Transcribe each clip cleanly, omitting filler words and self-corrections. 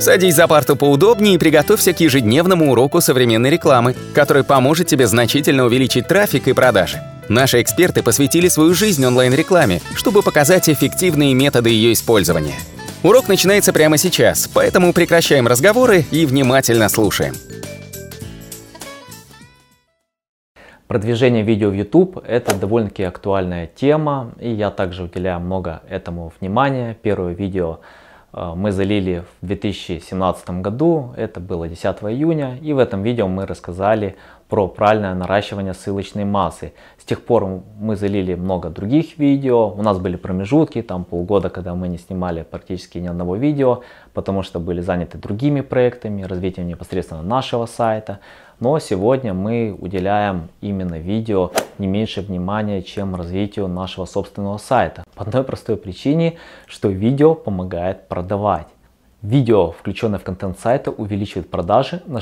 Садись за парту поудобнее и приготовься к ежедневному уроку современной рекламы, который поможет тебе значительно увеличить трафик и продажи. Наши эксперты посвятили свою жизнь онлайн-рекламе, чтобы показать эффективные методы ее использования. Урок начинается прямо сейчас, поэтому прекращаем разговоры и внимательно слушаем. Продвижение видео в YouTube – это довольно-таки актуальная тема, и я также уделяю много этому внимания. Первое видео мы залили в 2017 году, это было 10 июня, и в этом видео мы рассказали про правильное наращивание ссылочной массы. С тех пор мы залили много других видео, у нас были промежутки, там полгода, когда мы не снимали практически ни одного видео, потому что были заняты другими проектами, развитием непосредственно нашего сайта. Но сегодня мы уделяем именно видео не меньше внимания, чем развитию нашего собственного сайта. По одной простой причине, что видео помогает продавать. Видео, включенное в контент сайта, увеличивает продажи на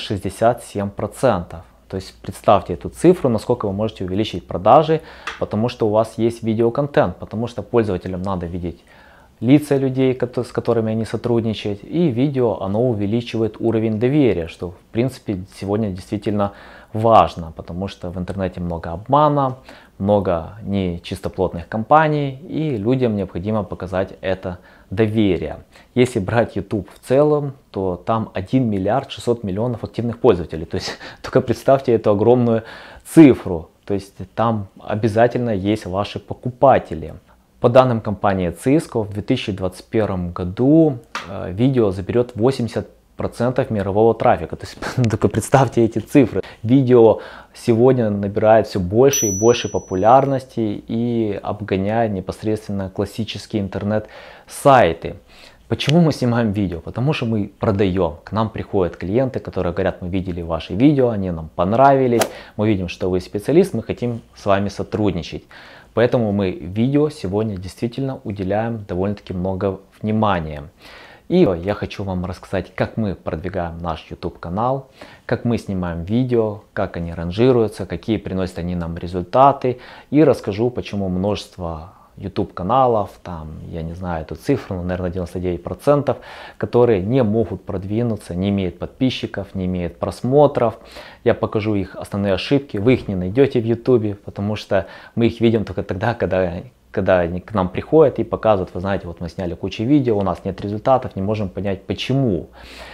67%. То есть представьте эту цифру, насколько вы можете увеличить продажи, потому что у вас есть видеоконтент, потому что пользователям надо видеть лица людей, с которыми они сотрудничают, и видео, оно увеличивает уровень доверия, что в принципе сегодня действительно важно, потому что в интернете много обмана, много нечистоплотных компаний, и людям необходимо показать это доверие. Если брать YouTube в целом, то там 1 миллиард 600 миллионов активных пользователей, то есть только представьте эту огромную цифру, то есть там обязательно есть ваши покупатели. По данным компании Cisco, в 2021 году видео заберет 80% мирового трафика. То есть только представьте эти цифры. Видео сегодня набирает все больше и больше популярности и обгоняет непосредственно классические интернет-сайты. Почему мы снимаем видео? Потому что мы продаем. К нам приходят клиенты, которые говорят: мы видели ваши видео, они нам понравились, мы видим, что вы специалист, мы хотим с вами сотрудничать. Поэтому мы видео сегодня действительно уделяем довольно-таки много внимания. И я хочу вам рассказать, как мы продвигаем наш YouTube канал, как мы снимаем видео, как они ранжируются, какие приносят они нам результаты. И расскажу, почему множество YouTube каналов, там, я не знаю эту цифру, но, наверное, 99%, которые не могут продвинуться, не имеют подписчиков, не имеют просмотров. Я покажу их основные ошибки, вы их не найдете в YouTube, потому что мы их видим только тогда, когда они к нам приходят и показывают: вы знаете, вот мы сняли кучу видео, у нас нет результатов, не можем понять почему.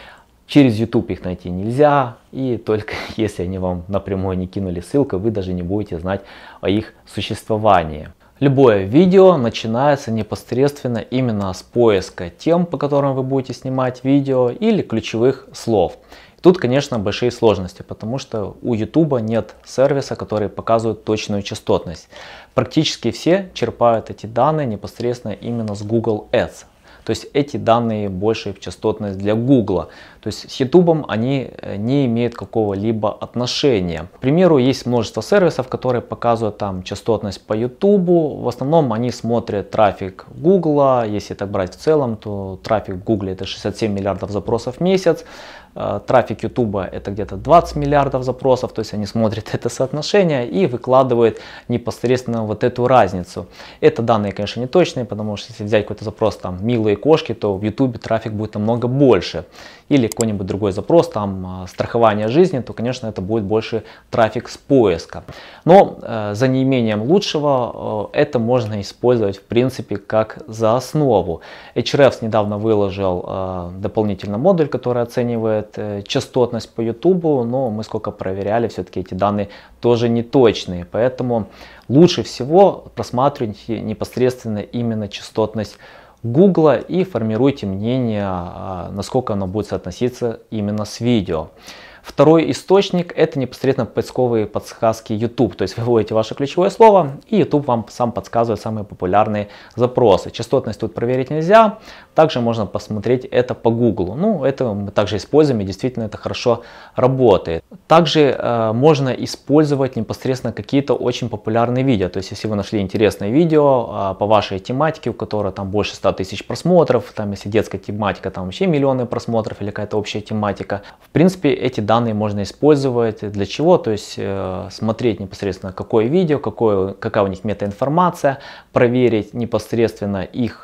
Через YouTube их найти нельзя, и только если они вам напрямую не кинули ссылку, вы даже не будете знать о их существовании. Любое видео начинается непосредственно именно с поиска тем, по которым вы будете снимать видео, или ключевых слов. Тут, конечно, большие сложности, потому что у YouTube нет сервиса, который показывает точную частотность. Практически все черпают эти данные непосредственно именно с Google Ads. То есть эти данные больше в частотность для Google. То есть с YouTube они не имеют какого-либо отношения. К примеру, есть множество сервисов, которые показывают там частотность по YouTube. В основном они смотрят трафик Google. Если так брать в целом, то трафик в Google это 67 миллиардов запросов в месяц. Трафик YouTube это где-то 20 миллиардов запросов, то есть они смотрят это соотношение и выкладывают непосредственно вот эту разницу. Это данные, конечно, не точные, потому что если взять какой-то запрос там «милые кошки», то в YouTube трафик будет намного больше. Или какой-нибудь другой запрос, там страхование жизни, то, конечно, это будет больше трафик с поиска. Но за неимением лучшего это можно использовать в принципе как за основу. Ahrefs недавно выложил дополнительный модуль, который оценивает частотность по YouTube, но мы сколько проверяли, все-таки эти данные тоже не точные. Поэтому лучше всего просматривайте непосредственно именно частотность Google и формируйте мнение, насколько оно будет соотноситься именно с видео. Второй источник это непосредственно поисковые подсказки YouTube. То есть вы вводите ваше ключевое слово, и YouTube вам сам подсказывает самые популярные запросы. Частотность тут проверить нельзя. Также можно посмотреть это по Google. Ну, это мы также используем, и действительно это хорошо работает. Также можно использовать непосредственно какие-то очень популярные видео. То есть если вы нашли интересное видео по вашей тематике, у которого там больше 100 тысяч просмотров, там если детская тематика, там вообще миллионы просмотров или какая-то общая тематика. В принципе, эти данные можно использовать для чего? То есть смотреть непосредственно какое видео, какая у них метаинформация, проверить непосредственно их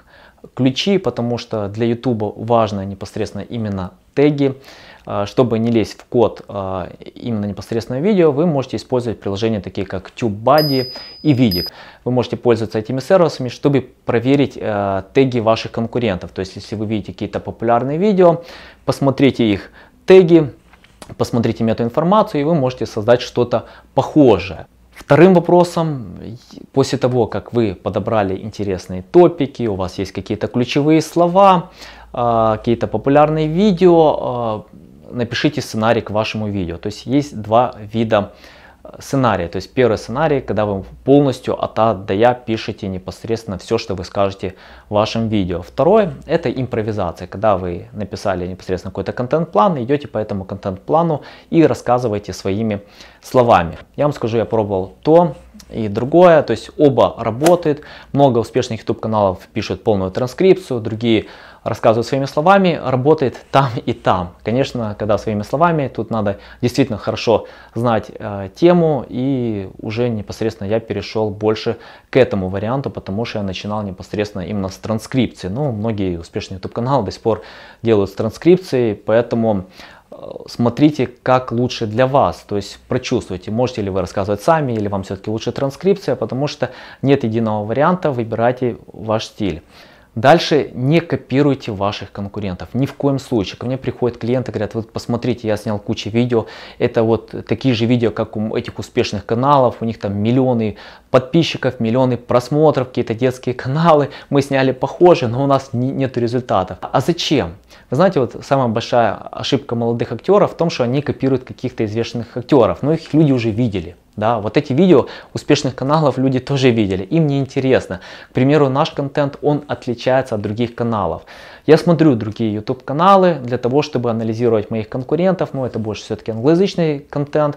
ключи, потому что для YouTube важно непосредственно именно теги. Чтобы не лезть в код именно непосредственно видео, вы можете использовать приложения такие как TubeBuddy и Vidic. Вы можете пользоваться этими сервисами, чтобы проверить теги ваших конкурентов. То есть, если вы видите какие-то популярные видео, посмотрите их теги, посмотрите метаинформацию, и вы можете создать что-то похожее. Вторым вопросом, после того, как вы подобрали интересные топики, у вас есть какие-то ключевые слова, какие-то популярные видео, напишите сценарий к вашему видео. То есть есть два вида сценария. То есть первый сценарий, когда вы полностью от А до Я пишете непосредственно все, что вы скажете в вашем видео. Второй — это импровизация, когда вы написали непосредственно какой-то контент-план, идете по этому контент-плану и рассказываете своими словами. Я вам скажу, я пробовал то и другое, то есть оба работают. Много успешных YouTube каналов пишут полную транскрипцию, другие рассказывают своими словами, работает там и там. Конечно, когда своими словами, тут надо действительно хорошо знать тему, и уже непосредственно я перешел больше к этому варианту, потому что я начинал непосредственно именно с транскрипции. Ну, многие успешные YouTube каналы до сих пор делают с транскрипцией, поэтому смотрите, как лучше для вас, то есть прочувствуйте, можете ли вы рассказывать сами, или вам все-таки лучше транскрипция, потому что нет единого варианта, выбирайте ваш стиль. Дальше не копируйте ваших конкурентов, ни в коем случае. Ко мне приходят клиенты, говорят: вот посмотрите, я снял кучу видео, это вот такие же видео, как у этих успешных каналов, у них там миллионы подписчиков, миллионы просмотров, какие-то детские каналы, мы сняли похоже, но у нас нет результатов. А зачем? Вы знаете, вот самая большая ошибка молодых актеров в том, что они копируют каких-то известных актеров, но их люди уже видели. Да, вот эти видео успешных каналов люди тоже видели, им не интересно. К примеру, наш контент, он отличается от других каналов. Я смотрю другие YouTube каналы для того, чтобы анализировать моих конкурентов, но это больше все-таки англоязычный контент,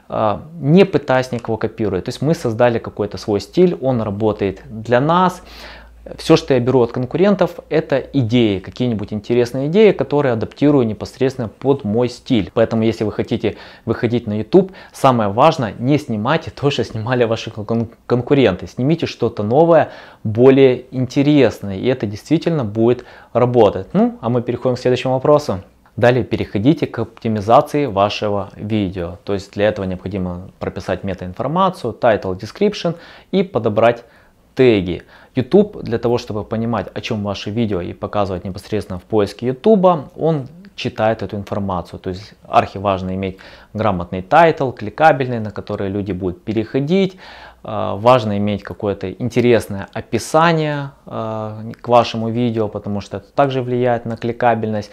не пытаясь никого копировать. То есть мы создали какой-то свой стиль, он работает для нас. Все, что я беру от конкурентов, это идеи, какие-нибудь интересные идеи, которые адаптирую непосредственно под мой стиль. Поэтому, если вы хотите выходить на YouTube, самое важное, не снимайте то, что снимали ваши конкуренты. Снимите что-то новое, более интересное, и это действительно будет работать. Ну, а мы переходим к следующему вопросу. Далее переходите к оптимизации вашего видео. То есть для этого необходимо прописать метаинформацию, title, description и подобрать теги. YouTube, для того, чтобы понимать, о чем ваше видео и показывать непосредственно в поиске YouTube, он читает эту информацию. То есть архиважно иметь грамотный тайтл, кликабельный, на который люди будут переходить. Важно иметь какое-то интересное описание к вашему видео, потому что это также влияет на кликабельность.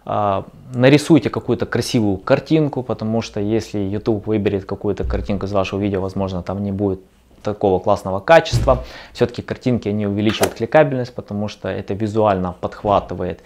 Нарисуйте какую-то красивую картинку, потому что если YouTube выберет какую-то картинку из вашего видео, возможно, там не будет такого классного качества. Все-таки картинки, они увеличивают кликабельность, потому что это визуально подхватывает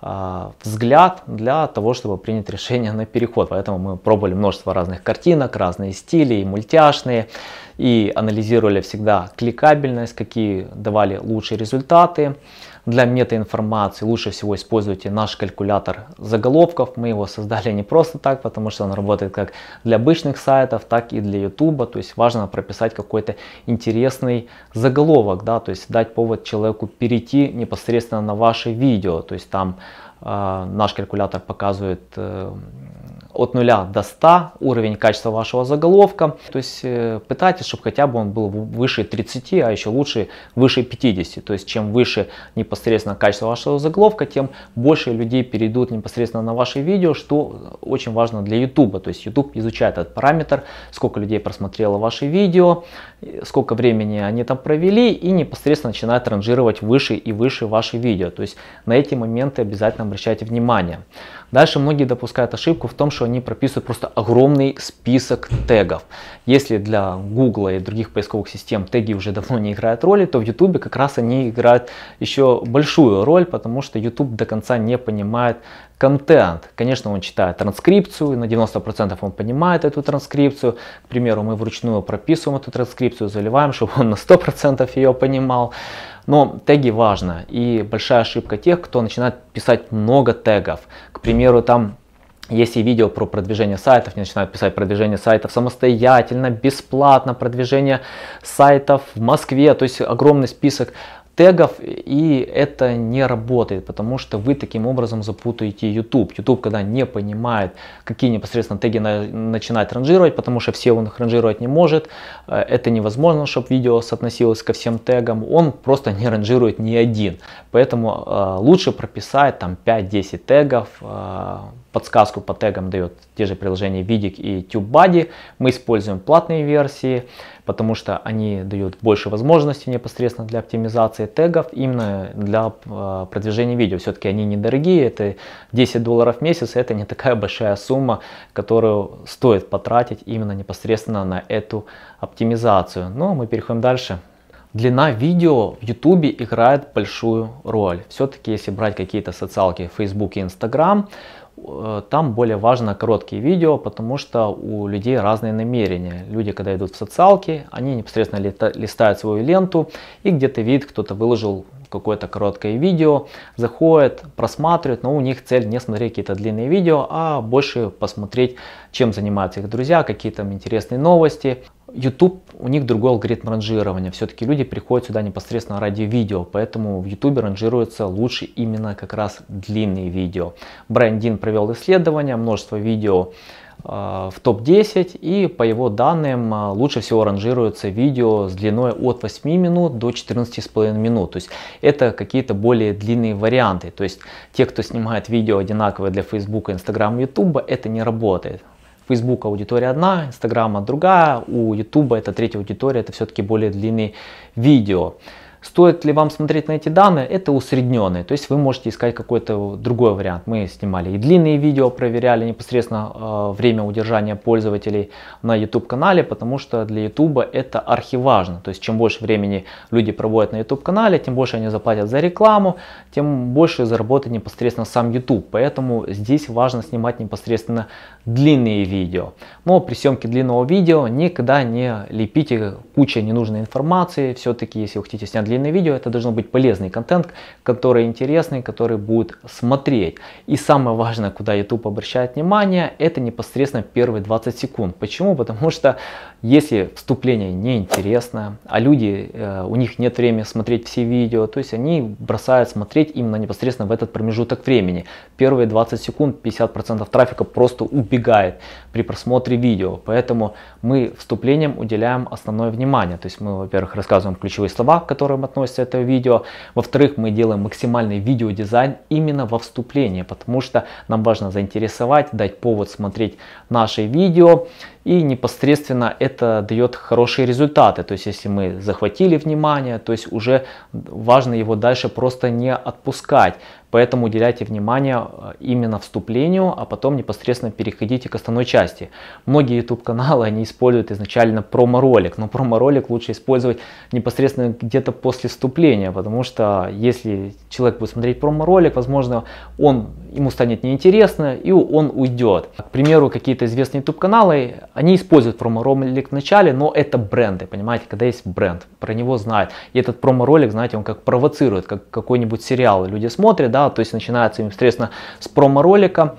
взгляд для того, чтобы принять решение на переход. Поэтому мы пробовали множество разных картинок, разные стили, и мультяшные, и анализировали всегда кликабельность, какие давали лучшие результаты. Для метаинформации лучше всего используйте наш калькулятор заголовков. Мы его создали не просто так, потому что он работает как для обычных сайтов, так и для YouTube. То есть важно прописать какой-то интересный заголовок, да, то есть дать повод человеку перейти непосредственно на ваше видео. То есть там наш калькулятор показывает от 0 до 100 уровень качества вашего заголовка. То есть пытайтесь, чтобы хотя бы он был выше 30, а еще лучше выше 50. То есть чем выше непосредственно качество вашего заголовка, тем больше людей перейдут непосредственно на ваше видео, что очень важно для YouTube. То есть YouTube изучает этот параметр, сколько людей просмотрело ваше видео, сколько времени они там провели, и непосредственно начинает ранжировать выше и выше ваше видео. То есть на эти моменты обязательно обращайте внимание. Дальше многие допускают ошибку в том, что они прописывают просто огромный список тегов. Если для Google и других поисковых систем теги уже давно не играют роли, то в YouTube как раз они играют еще большую роль, потому что YouTube до конца не понимает контент. Конечно, он читает транскрипцию, на 90% он понимает эту транскрипцию. К примеру, мы вручную прописываем эту транскрипцию, заливаем, чтобы он на 100% ее понимал. Но теги важно, и большая ошибка тех, кто начинает писать много тегов. К примеру, там если видео про продвижение сайтов, не начинают писать продвижение сайтов самостоятельно, бесплатно, продвижение сайтов в Москве, то есть огромный список тегов, и это не работает, потому что вы таким образом запутаете YouTube. YouTube, когда не понимает, какие непосредственно теги начинать ранжировать, потому что все он их ранжировать не может, это невозможно, чтобы видео соотносилось ко всем тегам, он просто не ранжирует ни один. Поэтому лучше прописать там 5-10 тегов, подсказку по тегам дает те же приложения Vidiq и TubeBuddy. Мы используем платные версии, потому что они дают больше возможностей непосредственно для оптимизации тегов, именно для продвижения видео. Все-таки они недорогие, это $10 в месяц, это не такая большая сумма, которую стоит потратить именно непосредственно на эту оптимизацию. Но мы переходим дальше. Длина видео в YouTube играет большую роль. Все-таки если брать какие-то социалки, Facebook и Instagram, там более важно короткие видео, потому что у людей разные намерения. Люди, когда идут в социалки, они непосредственно листают свою ленту и где-то видят, кто-то выложил какое-то короткое видео, заходят, просматривают, но у них цель не смотреть какие-то длинные видео, а больше посмотреть, чем занимаются их друзья, какие там интересные новости. YouTube, у них другой алгоритм ранжирования. Все-таки люди приходят сюда непосредственно ради видео, поэтому в YouTube ранжируются лучше именно как раз длинные видео. Брайан Дин провел исследование, множество видео в топ-10, и по его данным лучше всего ранжируются видео с длиной от 8 минут до 14,5 минут. То есть это какие-то более длинные варианты. То есть те, кто снимает видео одинаковые для Facebook, Instagram, YouTube, это не работает. Facebook аудитория одна, Instagram другая, у YouTube это третья аудитория, это все-таки более длинные видео. Стоит ли вам смотреть на эти данные? Это усредненные, то есть вы можете искать какой-то другой вариант. Мы снимали и длинные видео, проверяли непосредственно время удержания пользователей на YouTube канале, потому что для YouTube это архиважно. То есть чем больше времени люди проводят на YouTube канале, тем больше они заплатят за рекламу, тем больше заработает непосредственно сам YouTube. Поэтому здесь важно снимать непосредственно длинные видео. Но при съемке длинного видео никогда не лепите кучу ненужной информации. Все-таки, если вы хотите снять длинное видео, это должен быть полезный контент, который интересный, который будет смотреть. И самое важное, куда YouTube обращает внимание, это непосредственно первые 20 секунд. Почему? Потому что если вступление неинтересное, а люди, у них нет времени смотреть все видео, то есть они бросают смотреть именно непосредственно в этот промежуток времени. Первые 20 секунд 50% трафика просто убегает при просмотре видео. Поэтому мы вступлением уделяем основное внимание. То есть мы, во-первых, рассказываем ключевые слова, к которым относится это видео. Во-вторых, мы делаем максимальный видеодизайн именно во вступлении, потому что нам важно заинтересовать, дать повод смотреть наши видео. И непосредственно это дает хорошие результаты. То есть если мы захватили внимание, то есть уже важно его дальше просто не отпускать. Поэтому уделяйте внимание именно вступлению, а потом непосредственно переходите к основной части. Многие YouTube каналы они используют изначально промо-ролик, но промо-ролик лучше использовать непосредственно где-то после вступления, потому что если человек будет смотреть промо-ролик, возможно, ему станет неинтересно и он уйдет. К примеру, какие-то известные YouTube каналы, они используют промо-ролик в начале, но это бренды, понимаете, когда есть бренд, про него знают. И этот промо-ролик, знаете, он как провоцирует, как какой-нибудь сериал. Люди смотрят, да, то есть начинается непосредственно с промо-ролика,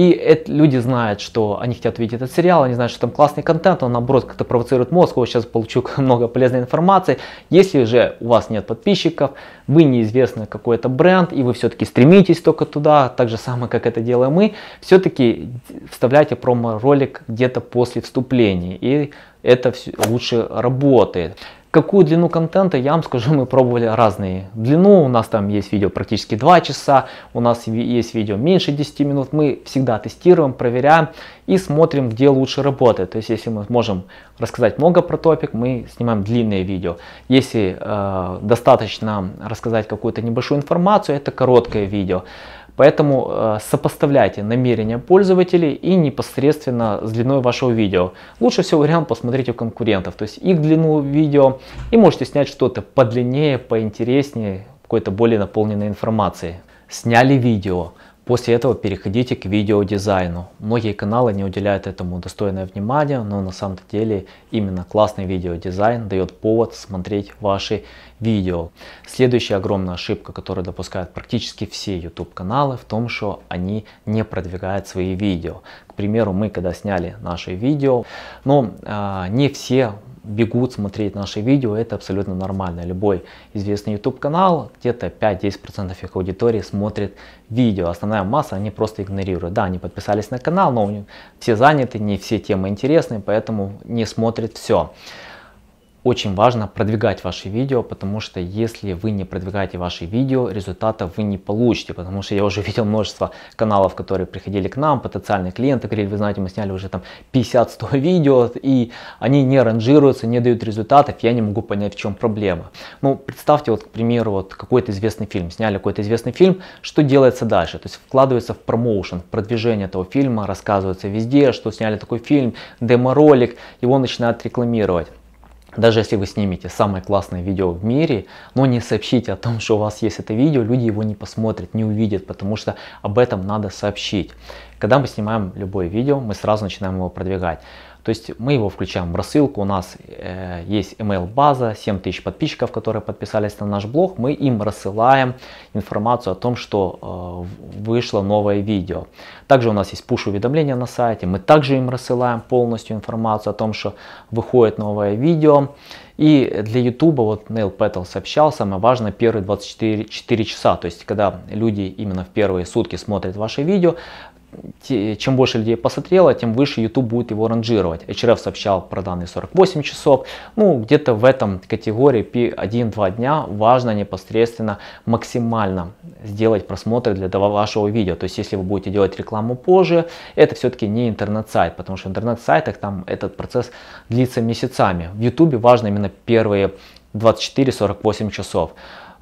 и люди знают, что они хотят видеть этот сериал, они знают, что там классный контент, он наоборот как-то провоцирует мозг, вот сейчас получу много полезной информации. Если же у вас нет подписчиков, вы неизвестный какой-то бренд, и вы все-таки стремитесь только туда, так же самое, как это делаем мы, все-таки вставляйте промо-ролик где-то после вступления, и это лучше работает. Какую длину контента, я вам скажу, мы пробовали разные длину. У нас там есть видео практически 2 часа, у нас есть видео меньше 10 минут. Мы всегда тестируем, проверяем и смотрим, где лучше работает. То есть, если мы можем рассказать много про топик, мы снимаем длинные видео. Если достаточно рассказать какую-то небольшую информацию, это короткое видео. Поэтому сопоставляйте намерения пользователей и непосредственно с длиной вашего видео. Лучше всего вариант посмотреть у конкурентов, то есть их длину видео, и можете снять что-то подлиннее, поинтереснее, какой-то более наполненной информацией. Сняли видео. После этого переходите к видеодизайну. Многие каналы не уделяют этому достойное внимание, но на самом деле именно классный видеодизайн дает повод смотреть ваши видео. Следующая огромная ошибка, которую допускают практически все YouTube каналы, в том, что они не продвигают свои видео. К примеру, мы когда сняли наше видео, но не все бегут смотреть наши видео, это абсолютно нормально. Любой известный YouTube канал, где-то 5-10% их аудитории смотрит видео. Основная масса они просто игнорируют. Да, они подписались на канал, но у них все заняты, не все темы интересны, поэтому не смотрят все. Очень важно продвигать ваши видео, потому что если вы не продвигаете ваши видео, результатов вы не получите. Потому что я уже видел множество каналов, которые приходили к нам, потенциальные клиенты, говорили, вы знаете, мы сняли уже там 50-100 видео, и они не ранжируются, не дают результатов, я не могу понять, в чем проблема. Ну, представьте, вот, к примеру, вот какой-то известный фильм, сняли какой-то известный фильм, что делается дальше? То есть вкладывается в промоушен, в продвижение этого фильма, рассказывается везде, что сняли такой фильм, демо-ролик, его начинают рекламировать. Даже если вы снимете самое классное видео в мире, но не сообщите о том, что у вас есть это видео, люди его не посмотрят, не увидят, потому что об этом надо сообщить. Когда мы снимаем любое видео, мы сразу начинаем его продвигать. То есть мы его включаем в рассылку, у нас есть email база, 7000 подписчиков, которые подписались на наш блог, мы им рассылаем информацию о том, что вышло новое видео. Также у нас есть push-уведомления на сайте, мы также им рассылаем полностью информацию о том, что выходит новое видео. И для YouTube, вот Neil Patel сообщал, самое важное первые 24 часа, то есть когда люди именно в первые сутки смотрят ваше видео, чем больше людей посмотрело, тем выше YouTube будет его ранжировать. Href сообщал про данные 48 часов. Ну, где-то в этом категории 1-2 дня важно непосредственно максимально сделать просмотры для вашего видео. То есть, если вы будете делать рекламу позже, это все-таки не интернет-сайт, потому что в интернет-сайтах там этот процесс длится месяцами. В YouTube важно именно первые 24-48 часов.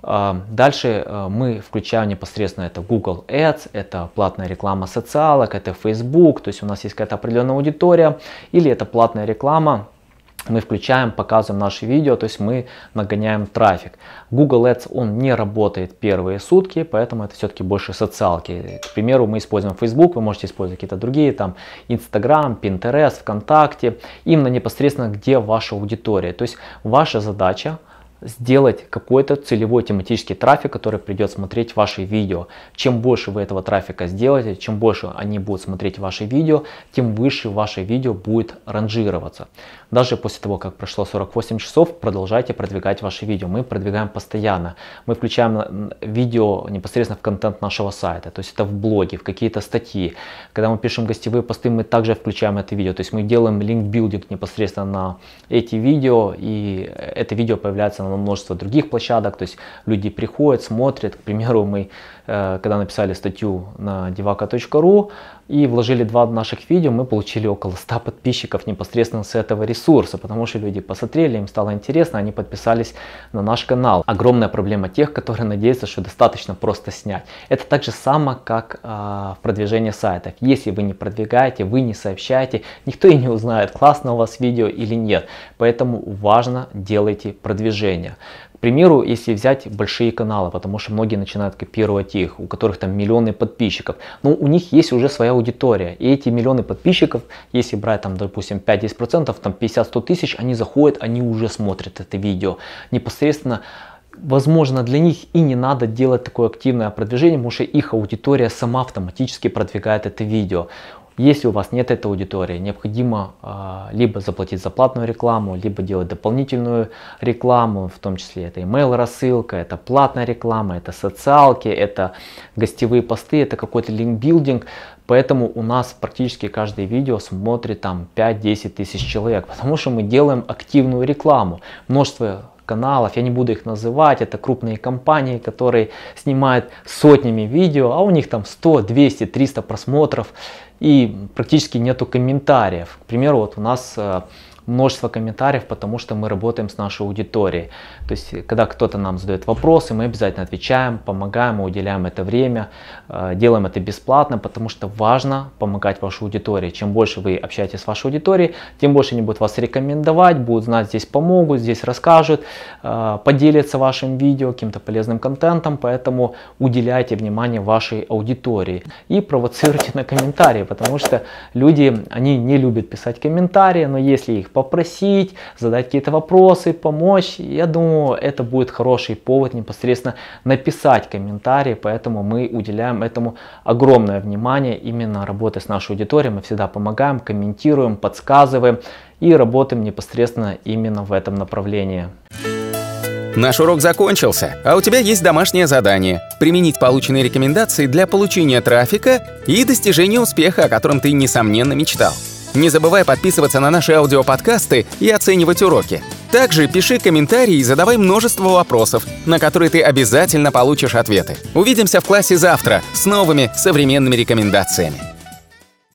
Дальше мы включаем непосредственно это Google Ads, это платная реклама социалок, это Facebook, то есть у нас есть какая-то определенная аудитория, или это платная реклама, мы включаем, показываем наши видео, то есть мы нагоняем трафик. Google Ads, он не работает первые сутки, поэтому это все-таки больше социалки. К примеру, мы используем Facebook, вы можете использовать какие-то другие, там Instagram, Pinterest, ВКонтакте, именно непосредственно где ваша аудитория. То есть ваша задача сделать какой-то целевой тематический трафик, который придет смотреть ваши видео. Чем больше вы этого трафика сделаете, чем больше они будут смотреть ваши видео, тем выше ваше видео будет ранжироваться. Даже после того, как прошло 48 часов, продолжайте продвигать ваши видео. Мы продвигаем постоянно. Мы включаем видео непосредственно в контент нашего сайта, то есть это в блоге, в какие-то статьи. Когда мы пишем гостевые посты, мы также включаем это видео. То есть мы делаем линк-билдинг непосредственно на эти видео, и это видео появляется на множество других площадок. То есть люди приходят, смотрят. К примеру, мы когда написали статью на devaka.ru и вложили 2 наших видео, мы получили около 100 подписчиков непосредственно с этого ресурса, потому что люди посмотрели, им стало интересно, они подписались на наш канал. Огромная проблема тех, которые надеются, что достаточно просто снять. Это так же само, как в продвижении сайтов. Если вы не продвигаете, вы не сообщаете, никто и не узнает, классно у вас видео или нет. Поэтому важно делайте продвижение. К примеру, если взять большие каналы, потому что многие начинают копировать их, у которых там миллионы подписчиков, но у них есть уже своя аудитория, и эти миллионы подписчиков, если брать там, допустим, 5-10%, там 50-100 тысяч, они заходят, они уже смотрят это видео. Непосредственно, возможно, для них и не надо делать такое активное продвижение, потому что их аудитория сама автоматически продвигает это видео. Если у вас нет этой аудитории, необходимо либо заплатить за платную рекламу, либо делать дополнительную рекламу, в том числе это email рассылка, это платная реклама, это социалки, это гостевые посты, это какой-то линкбилдинг. Поэтому у нас практически каждое видео смотрит там 5-10 тысяч человек, потому что мы делаем активную рекламу. Множество каналов, я не буду их называть, это крупные компании, которые снимают сотнями видео, а у них там 100, 200, 300 просмотров и практически нету комментариев. К примеру, вот у нас множество комментариев, потому что мы работаем с нашей аудиторией. То есть, когда кто-то нам задает вопросы, мы обязательно отвечаем, помогаем, уделяем это время, делаем это бесплатно, потому что важно помогать вашей аудитории. Чем больше вы общаетесь с вашей аудиторией, тем больше они будут вас рекомендовать, будут знать, здесь помогут, здесь расскажут, поделятся вашим видео, каким-то полезным контентом, поэтому уделяйте внимание вашей аудитории и провоцируйте на комментарии, потому что люди, они не любят писать комментарии, но если их попросить, задать какие-то вопросы, помочь. Я думаю, это будет хороший повод непосредственно написать комментарий, поэтому мы уделяем этому огромное внимание. Именно работая с нашей аудиторией мы всегда помогаем, комментируем, подсказываем и работаем непосредственно именно в этом направлении. Наш урок закончился, а у тебя есть домашнее задание – применить полученные рекомендации для получения трафика и достижения успеха, о котором ты, несомненно, мечтал. Не забывай подписываться на наши аудиоподкасты и оценивать уроки. Также пиши комментарии и задавай множество вопросов, на которые ты обязательно получишь ответы. Увидимся в классе завтра с новыми современными рекомендациями.